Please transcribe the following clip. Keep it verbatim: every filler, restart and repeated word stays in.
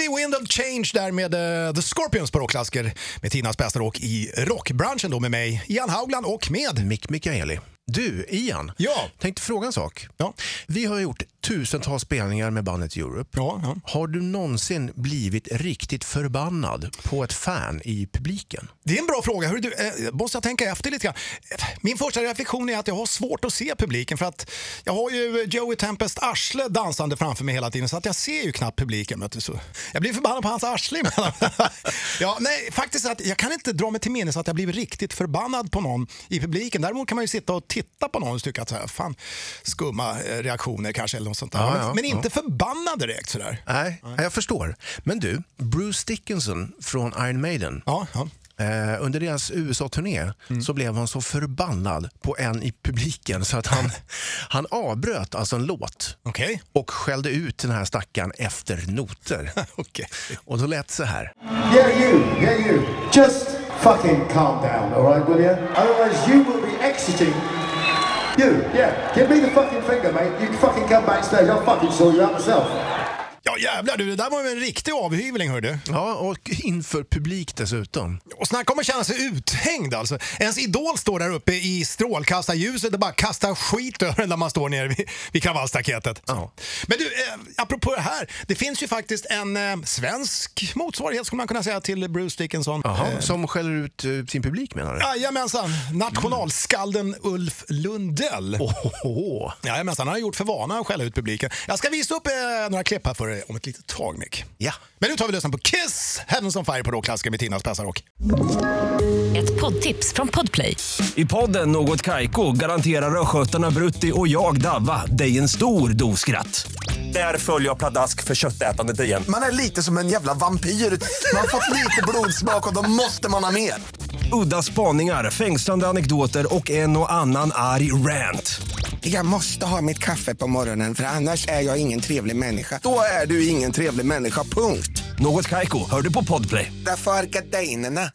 Wind of Change där med uh, The Scorpions på rockklassiker med Tinas bästa rock i rockbranschen då med mig, Ian Haugland och med Mick Mikaeli. Du, Ian, ja. tänkte fråga en sak. Ja. Vi har gjort tusentals spelningar med bandet Europe. Ja, ja. Har du någonsin blivit riktigt förbannad på ett fan i publiken? Det är en bra fråga. Hur du, eh, måste jag tänka efter lite grann. Min första reflektion är att jag har svårt att se publiken för att jag har ju Joey Tempest arsle dansande framför mig hela tiden så att jag ser ju knappt publiken. Vet du, så. Jag blir förbannad på hans arsle. ja, nej, faktiskt att jag kan inte dra mig till minnes att jag blivit riktigt förbannad på någon i publiken. Däremot kan man ju sitta och titta på någon och tycka att så här, fan, skumma reaktioner kanske eller något sånt där. Ja, men, ja, men inte ja. förbannad direkt sådär. Nej, Nej, jag förstår. Men du, Bruce Dickinson från Iron Maiden. Ja, ja. Eh, under deras U S A-turné mm. så blev han så förbannad på en i publiken så att han, han avbröt alltså en låt okay. och skällde ut den här stackaren efter noter. okay. Och då lät så här. Yeah you, yeah you. Just fucking calm down, all right, will you? Otherwise you will be exiting. You, yeah. Give me the fucking finger, mate. You can fucking come backstage. I'll fucking sort you out myself. Ja jävlar du, det där var ju en riktig avhyvling hörde. Ja, och inför publik dessutom. Och snacka om att känna sig uthängd alltså. Ens idol står där uppe i strålkastarljuset och bara kastar skit över när man står nere vid, vid kravallstaketet. Ja. Men du, eh, apropå det här, det finns ju faktiskt en eh, svensk motsvarighet skulle man kunna säga till Bruce Dickinson. Jaha, eh, som skäller ut uh, sin publik menar du? Jajamensan, nationalskalden Ulf Lundell. Oh, oh, oh. Jajamensan, han har gjort för vana att skälla ut publiken. Jag ska visa upp eh, några klipp här för om ett litet tag, Mick. Ja. Men nu tar vi lyssna på Kiss, Heavens on Fire på rockklassiker med Tinas bästa rock. Ett poddtips från Podplay. I podden Något Kaiko garanterar röskötarna Brutti och jag Davva dig en stor doskratt. Där följer jag pladask för köttätandet igen. Man är lite som en jävla vampyr. Man har fått lite blodsmak och då måste man ha mer. Udda spaningar, fängslande anekdoter och en och annan arg rant. Jag måste ha mitt kaffe på morgonen för annars är jag ingen trevlig människa. Då är du ingen trevlig människa, punkt. Något Kaiko, hör du på Podplay. Därför är gardinerna.